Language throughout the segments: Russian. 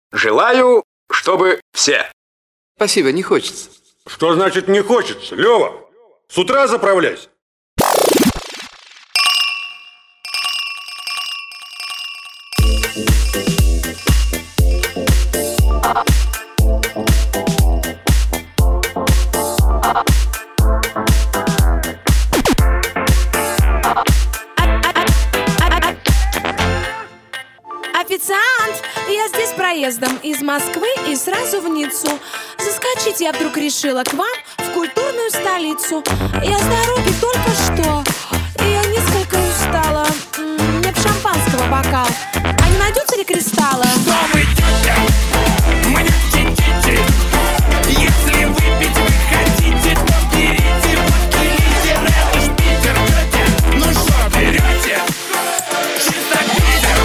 Желаю, чтобы все. Спасибо, не хочется. Что значит не хочется, Лёва? С утра заправляйся. Официант, я здесь проездом из Москвы и сразу в Ниццу. Заскочить я вдруг решила к вам в культурную столицу. Я с дороги только что, и я несколько устала. Мне б шампанского бокал. А не найдутся ли кристаллы? Что вы, тетя, мне тетите? Если выпить вы хотите, то берите водки, лидер, это ж Питер, тетя. Ну что, берете? Чисто Питер.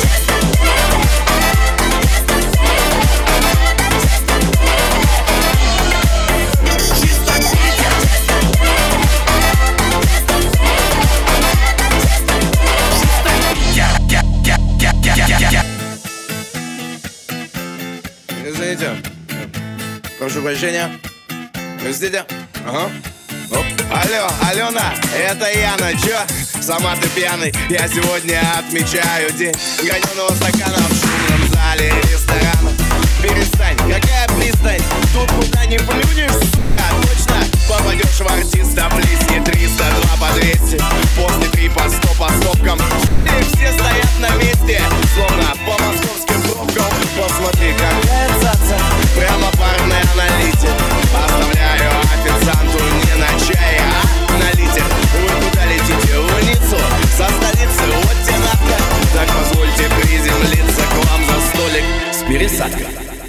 Чисто Питер. Извините, прошу прощения. Простите. Ага. Оп. Алло, Алена, это Яна. Чё? Сама ты пьяный. Я сегодня отмечаю день граненого стакана в шумном зале ресторана. Перестань, какая пристань? Тут куда не плюнешь, сука, точно попадешь в артиста. Близкие 302 по 200. После 3 по 100 по стопкам. И все стоят на месте, словно по московским пробкам. Посмотри, какая цаца, прямо парный аналитик. Оставляю официанту не на чай, а на литер. Вы куда летите? В Ниццу, со столицы, вот те надо. Так позвольте приземлиться к вам за столик с пересадкой.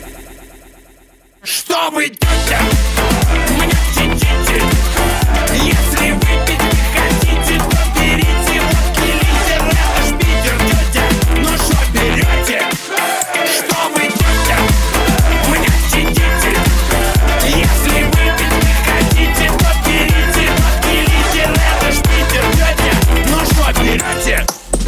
Что вы, тетя, мне тетите? Если выпить вы хотите, то берите водки, лидер, это ж Питер, тетя. Ну что, берете? Что вы, тетя, мне тетите? Если выпить вы хотите, то берите водки, лидер, это ж Питер, тетя. Ну что, берете?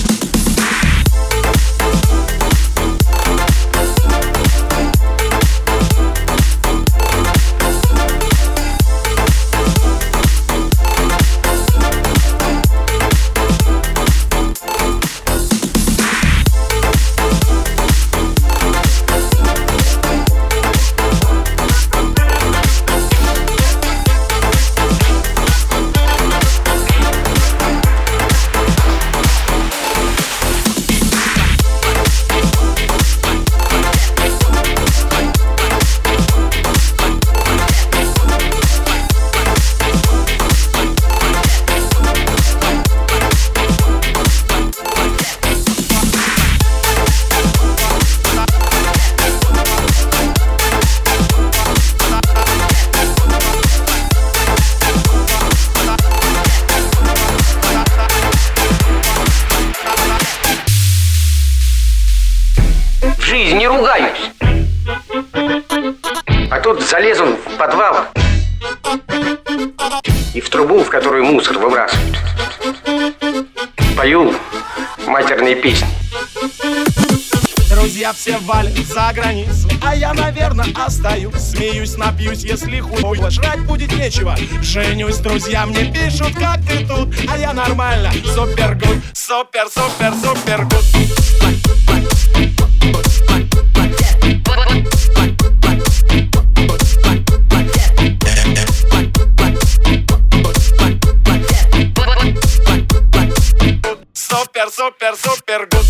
В жизни не ругаюсь. А тут залезу в подвал и в трубу, в которую мусор выбрасывают, пою матерные песни. Друзья все валят за границу, а я, наверное, остаюсь. Смеюсь, напьюсь, если хуй жрать будет нечего. Женюсь, друзья мне пишут, как ты тут, а я нормально, супер гуд, супер, супер, супер гуд. Супер, супер, супер гуд.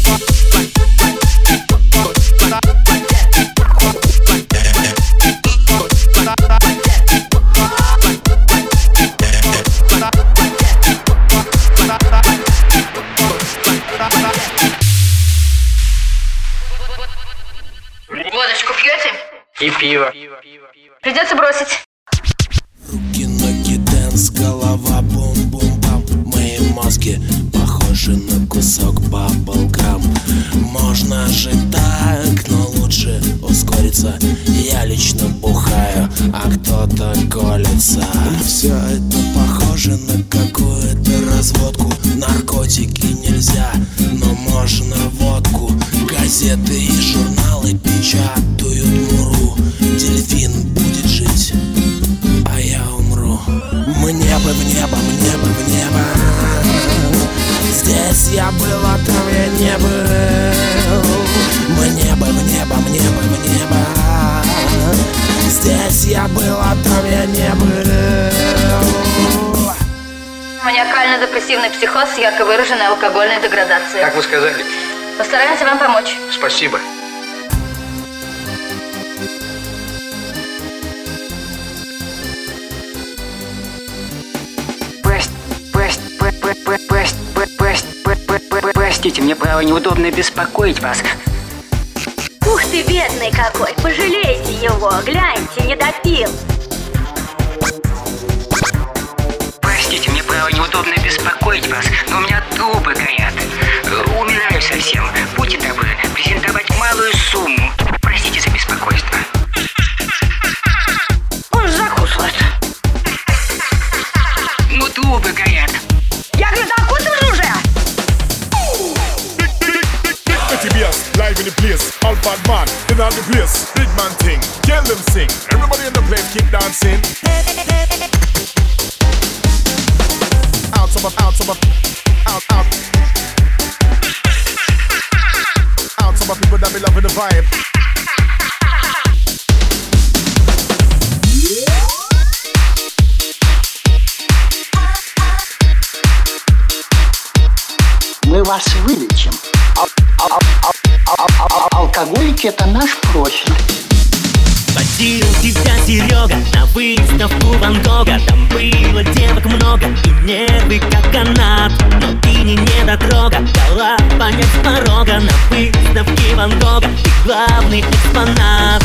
Водочку пьете? И пиво. Придется бросить. Руки, ноги, дэнс, голова, бум-бум-бам. Мои мозги похожи на кусок баблгам. Можно жить так, но лучше ускориться. Я лично бухаю, а кто-то колется. Все это похоже на какую-то разводку, наркотики нельзя, но можно водку. Газеты и журналы печатают муру. Дельфин будет жить, а я умру. Мне бы в небо, мне бы в небо. Здесь я был, а там я не был. Мне бы в небо, мне бы в небо. Здесь я был, а там я не был. Маниакально-депрессивный психоз с ярко выраженной алкогольной деградацией. Как вы сказали? Постараемся вам помочь. Спасибо. Простите, мне право неудобно беспокоить вас. Ух ты, бедный какой, пожалейте его, гляньте, не допил. Простите, мне право неудобно беспокоить вас, но у меня трубы горят. Умираю совсем. Будьте добры, презентовать малую сумму. Простите за беспокойство. Он закусывает. Ну, трубы горят. Я говорю, закусывай уже! Live in the place, all bad man in all the place, big man thing, kill them sing. Everybody in the place keep dancing. Out, out, out, out. Out, some people that be loving the vibe. Мы вас вылечим. Алкоголики — это наш профиль. Водил тебя Серега на выставку Ван Гога. Там было девок много и нервы как канат. Но ты не недотрога, дала понять с порога. На выставке Ван Гога ты главный экспонат.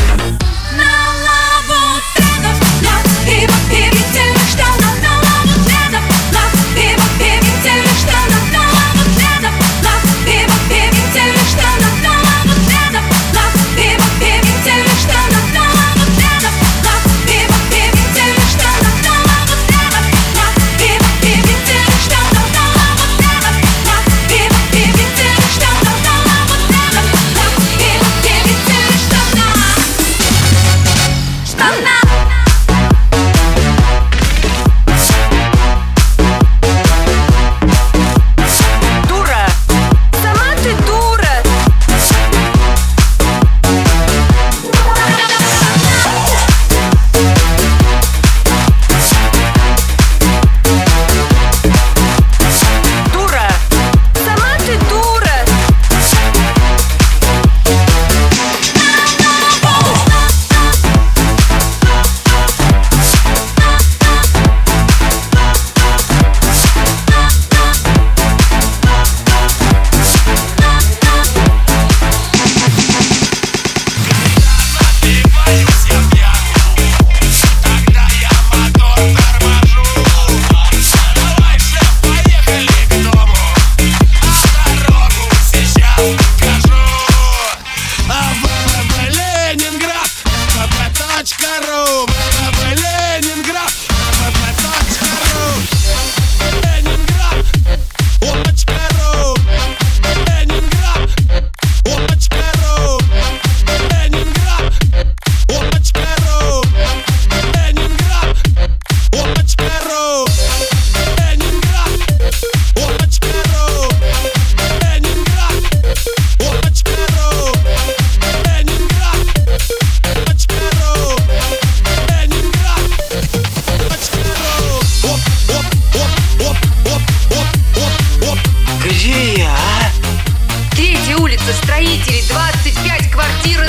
Строителей 25, квартира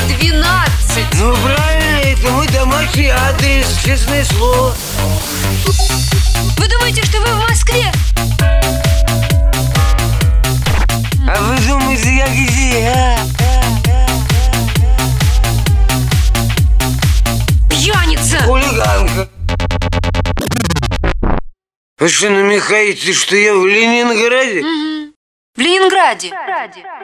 12. Ну правильно, это мой домашний адрес, честное слово. Вы думаете, что вы в Москве? А вы думаете, я где, а? Пьяница! Хулиганка. Вы что, намекаете, что я в Ленинграде? Угу. В Ленинграде.